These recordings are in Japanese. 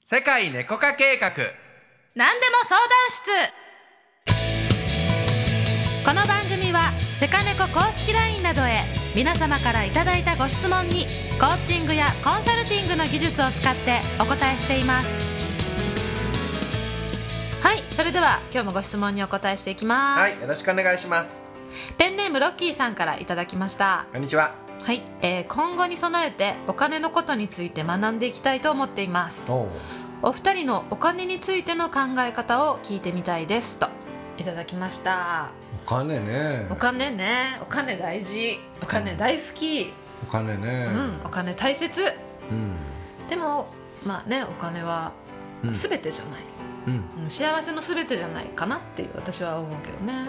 世界猫化計画、 何でも相談室。この番組はセカネコ公式 LINE などへ皆様からいただいたご質問にコーチングやコンサルティングの技術を使ってお答えしています。はい、それでは今日もご質問にお答えしていきます。 はい、よろしくお願いします。 ペンネームロッキーさんからいただきました。 こんにちは。 はい、今後に備えてお金のことについて学んでいきたいと思っています。お二人のお金についての考え方を聞いてみたいですといただきました。 お金ね。 お金ね、お金大事、お金大好き、 お金ね、 お金大切、でもまあね、お金は全てじゃない、幸せの全てじゃないかなっていう私は思うけどね。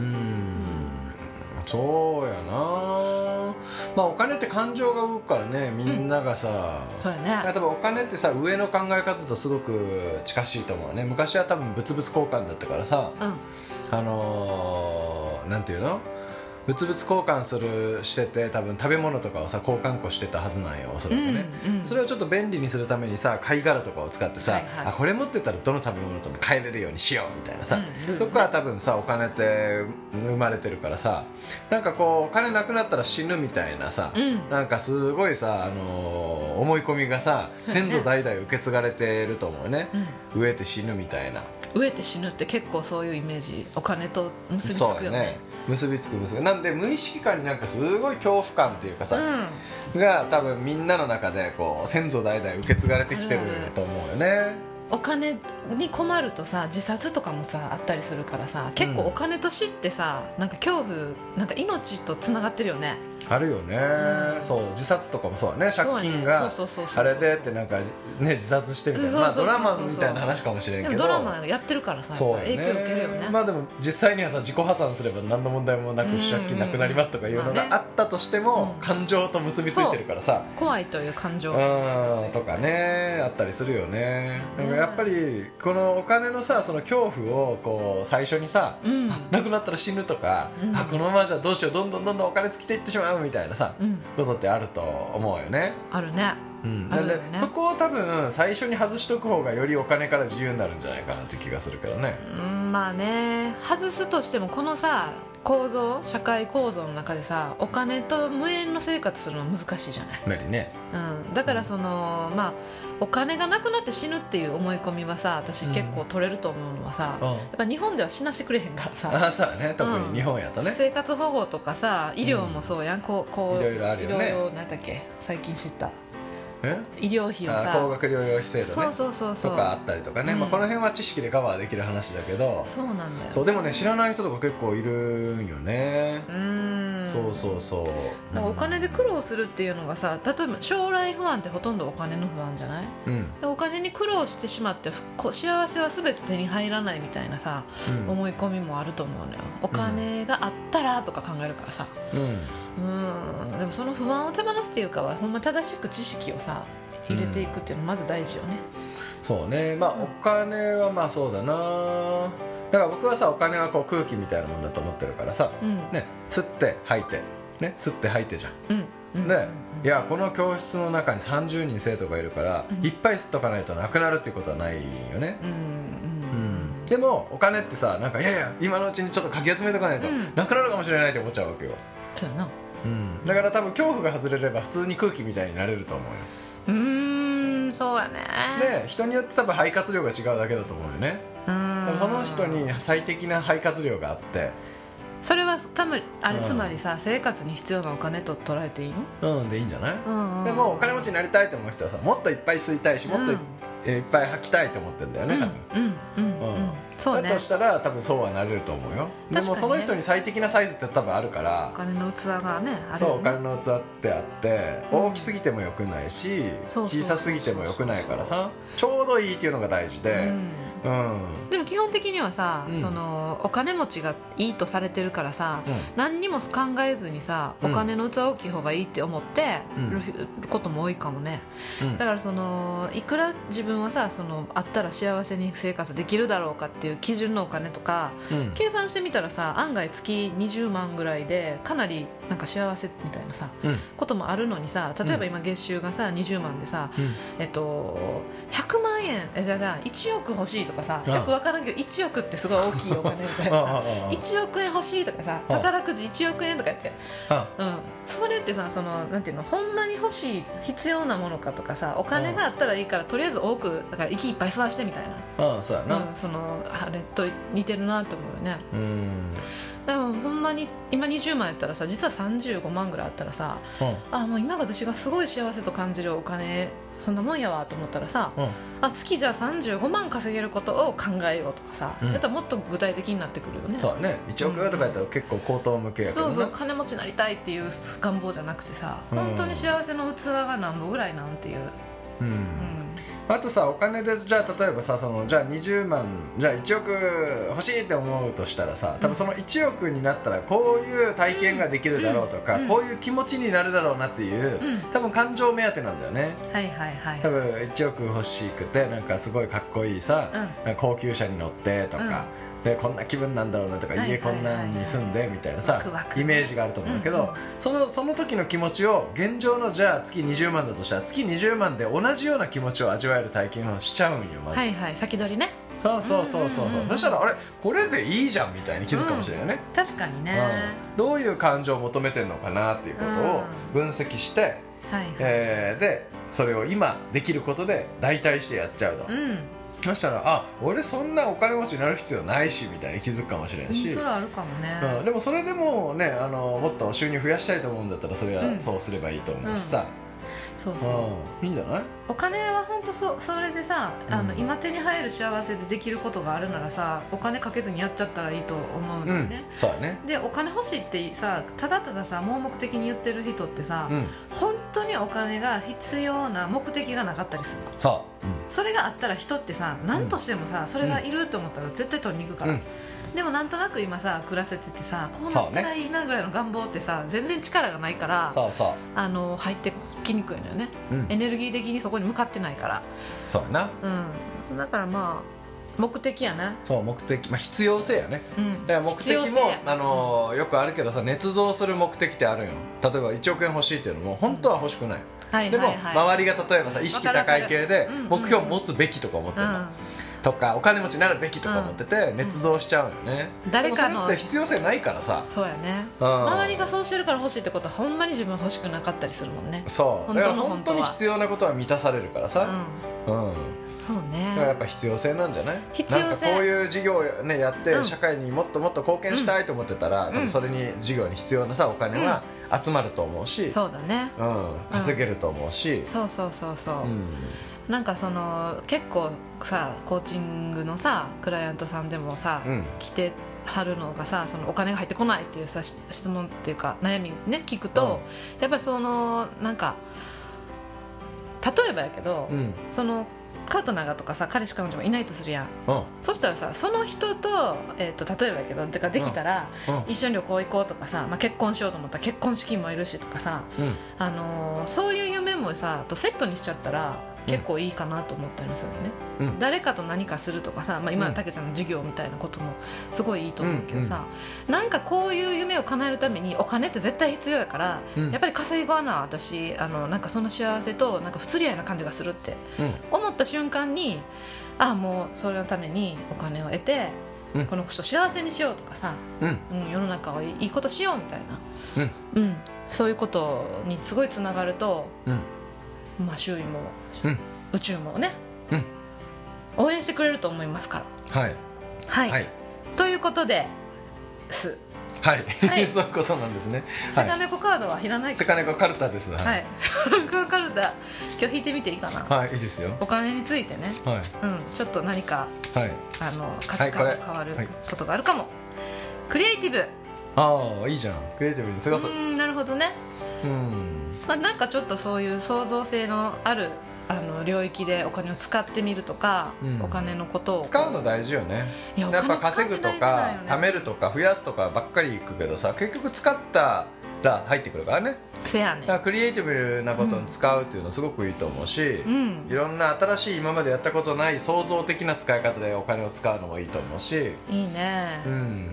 そうやな。まあお金って感情が動くからね、みんながさ、 そうやね。 例えばお金ってさ、上の考え方とすごく近しいと思うね。昔は多分物々交換だったからさ、なんていうの、物々交換してて、多分食べ物とかをさ交換庫してたはずなんよ、おそらくね。それをちょっと便利にするためにさ、貝殻とかを使ってさ、あ、これ持ってたらどの食べ物とも変えれるようにしようみたいなさ、そこから多分さお金って生まれてるからさ、なんかこうお金なくなったら死ぬみたいなさ、なんかすごいさ、思い込みがさ、先祖代々受け継がれてると思うね。飢えて死ぬみたいな。 飢えて死ぬって結構そういうイメージ、お金と結びつくよね。 結びつくなんで、無意識感になんかすごい恐怖感っていうかさ、が多分みんなの中でこう先祖代々受け継がれてきてると思うよね。 お金に困るとさ、自殺とかもさあったりするからさ、結構お金と死ってさ、なんか恐怖、なんか命とつながってるよね。 あるよね、そう自殺とかもそうだね。借金があれでってなんかね、自殺してみたいな、まあドラマみたいな話かもしれんけど、 でもドラマやってるからさ、影響受けるよね。 まあでも実際にはさ、自己破産すれば何の問題もなく借金なくなりますとかいうのがあったとしても、感情と結びついてるからさ、 怖いという感情とかね、あったりするよね。なんかやっぱりこのお金のさ、その恐怖をこう最初にさ、なくなったら死ぬとか、このままじゃどうしよう、どんどんお金尽きていってしまうみたいなさ、ことってあると思うよね。 あるね。 なんでそこを多分最初に外しとく方がよりお金から自由になるんじゃないかなって気がするけどね。 まあね、外すとしてもこのさ構造、社会構造の中でさ、お金と無縁の生活するの難しいじゃない。 無理ね。 だからそのまあお金がなくなって死ぬっていう思い込みはさ、私結構取れると思うのはさ、やっぱ日本では死なしてくれへんからさ。 そうね、特に日本やとね、 生活保護とかさ、医療もそうやん、こういろいろあるよね。 いろいろ、なんだっけ、最近知った医療費をさ、 高額療養費制度ね、とかあったりとかね、この辺は知識でカバーできる話だけど、 そうなんだよ。 そうでもね、知らない人とか結構いるんよね。 お金で苦労するっていうのがさ、例えば将来不安ってほとんどお金の不安じゃない、でお金に苦労してしまって幸せは全て手に入らないみたいなさ、思い込みもあると思うのよ。お金があったらとか考えるからさ、でもその不安を手放すっていうかは、ほんま正しく知識をさ入れていくっていうのがまず大事よね。 そうね、まあお金はまあそうだな。だから僕はさ、お金はこう空気みたいなもんだと思ってるからさ、吸って吐いてね、吸って吐いてじゃん、で、いやこの教室の中に30人生徒がいるから、いっぱい吸っとかないとなくなるっていうことはないよね。でもお金ってさ、なんかいやいや今のうちにちょっとかき集めとかないとなくなるかもしれないって思っちゃうわけよ。 そうやな。 だから多分恐怖が外れれば普通に空気みたいになれると思うよ。 そうやね。で人によって多分肺活量が違うだけだと思うよね。その人に最適な肺活量があって、 それはつまりさ、生活に必要なお金と捉えていいの？ でいいんじゃない？でもお金持ちになりたいと思う人はさ、もっといっぱい吸いたいし、もっといっぱい吐きたいと思ってるんだよね、多分。 そうね。 だとしたら多分そうはなれると思うよ。でもその人に最適なサイズって多分あるから、 お金の器がね、あるよね。 そう、お金の器ってあって、大きすぎてもよくないし、小さすぎてもよくないからさ、ちょうどいいっていうのが大事で、 でも基本的にはさ、そのお金持ちがいいとされてるからさ、何にも考えずにさ、お金の器大きい方がいいって思ってることも多いかもね。だからそのいくら自分はさ、そのあったら幸せに生活できるだろうかっていう基準のお金とか、計算してみたらさ、案外月20万ぐらいでかなりなんか幸せみたいなさ、こともあるのにさ、例えば今月収がさ20万でさ、100万円じゃあ1億欲しいとかさ、よく分からんけど1億ってすごい大きいお金みたいなさ1億円欲しいとかさ、宝くじ1億円とか言って、それってさ、なんていうの、ほんまに欲しい必要なものかとかさ、お金があったらいいからとりあえず多くだから息いっぱい吸わしてみたいな、 そうやな、 あれと似てるなと思うよね。でもほんまに今20万やったらさ、実は35万ぐらいあったらさ、もう今私がすごい幸せと感じるお金そんなもんやわと思ったらさ、月じゃあ35万稼げることを考えようとかさ、やったらもっと具体的になってくるよね。 そうだね、1億とかやったら結構高等無形やけどね。 そうそう、金持ちになりたいっていう願望じゃなくてさ、本当に幸せの器が何ぼぐらいなんていう。 あとさ、お金でじゃあ例えばさ、じゃあ20万じゃあ1億欲しいって思うとしたらさ、多分その1億になったらこういう体験ができるだろうとか、こういう気持ちになるだろうなっていう、多分感情目当てなんだよね。多分1億欲しくて、なんかすごいかっこいいさ、高級車に乗ってとか、でこんな気分なんだろうなとか、家こんなに住んでみたいなさ、イメージがあると思うけど、その時の気持ちを現状のじゃあ月20万だとしたら月20万で同じような気持ちを味わえる体験をしちゃうんよ、まず。 先取りね。 そうそしたらあれこれでいいじゃんみたいに気づくかもしれないね。 確かにね、 どういう感情を求めてるのかなっていうことを分析して、でそれを今できることで代替してやっちゃうと。そしたら俺そんなお金持ちになる必要ないしみたいに気づくかもしれんし、 それはあるかもね。 でもそれでもね、もっと収入増やしたいと思うんだったらそれはそうすればいいと思うしさ、いいんじゃない？ お金は本当それでさ、今手に入る幸せでできることがあるならさ、お金かけずにやっちゃったらいいと思うんだよね。 そうだね。でお金欲しいってさ、ただたださ盲目的に言ってる人ってさ、本当にお金が必要な目的がなかったりするの。それがあったら人ってさ、何としてもさ、それがいると思ったら絶対取りに行くから、でもなんとなく今さ暮らせててさ、こうなったらいいなぐらいの願望ってさ、全然力がないから入ってきにくいのよね、エネルギー的にそこに向かってないから。 そうやな、 だからまあ目的やな。 そう、目的、必要性やね。だから目的もよくあるけどさ、捏造する目的ってあるよ。例えば1億円欲しいっていうのも本当は欲しくない、でも周りが例えばさ意識高い系で目標を持つべきとか思ってるの、とかお金持ちになるべきとか思ってて捏造しちゃうよね。誰かのそれって必要性ないからさ。 そうやね、周りがそうしてるから欲しいってことはほんまに自分欲しくなかったりするもんね。 そうだから本当に必要なことは満たされるからさ、 そうね。 だからやっぱ必要性なんじゃない？ 必要性。 なんかこういう事業をねやって社会にもっともっと貢献したいと思ってたら、多分それに事業に必要なさお金は集まると思うし、 そうだね、 稼げると思うし、 そうなんか結構さコーチングのさクライアントさんでもさ、来てはるのがさ、お金が入ってこないっていうさ質問っていうか悩みね聞くと、やっぱりなんか例えばやけど、パートナーがとかさ彼氏彼女がいないとするやん、そしたらさその人と、例えばやけどできたら、一緒に旅行行こうとかさ、結婚しようと思ったら結婚資金もいるしとかさ、そういう夢もさとセットにしちゃったら結構いいかなと思ったりするのね、誰かと何かするとかさ、今のたけちゃんの授業みたいなこともすごいいいと思うけどさ、なんかこういう夢を叶えるためにお金って絶対必要やから、やっぱり稼いがな私なんかその幸せとなんか不釣り合いな感じがするって思った瞬間に、もうそれのためにお金を得て、この人幸せにしようとかさ、世の中をいいことしようみたいな、そういうことにすごいつながると、周囲も、宇宙もね、応援してくれると思いますから。はい、ということですそういうことなんですね。 セカネコカードはいらない。 セカネコカルタです。 セカネコカルタ今日引いてみていいかな。 いいですよ。 お金についてね、ちょっと何か価値観が変わることがあるかも。クリエイティブ。 いいじゃん。クリエイティブに過ごす。 なるほどね。なんかちょっとそういう創造性のある領域でお金を使ってみるとか、お金のことを使うの大事よね。やっぱ稼ぐとか貯めるとか増やすとかばっかりいくけどさ、結局使ったら入ってくるからね。 せやね。 だからクリエイティブなことに使うっていうのすごくいいと思うし、いろんな新しい今までやったことない創造的な使い方でお金を使うのもいいと思うし。 いいね。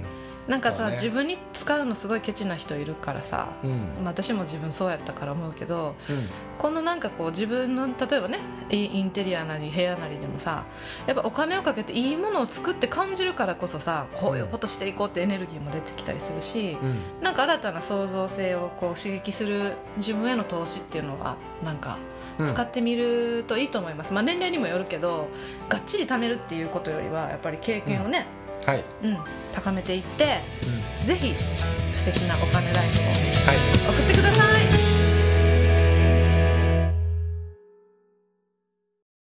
なんかさ、自分に使うのすごいケチな人いるからさ、私も自分そうやったから思うけど、このなんかこう自分の例えばねインテリアなり部屋なりでもさ、やっぱお金をかけていいものを作って感じるからこそさ、こういうことしていこうってエネルギーも出てきたりするし、なんか新たな創造性をこう刺激する自分への投資っていうのはなんか使ってみるといいと思います。まあ年齢にもよるけど、がっちり貯めるっていうことよりはやっぱり経験をね、高めていって、ぜひ素敵なお金ライフを送ってください。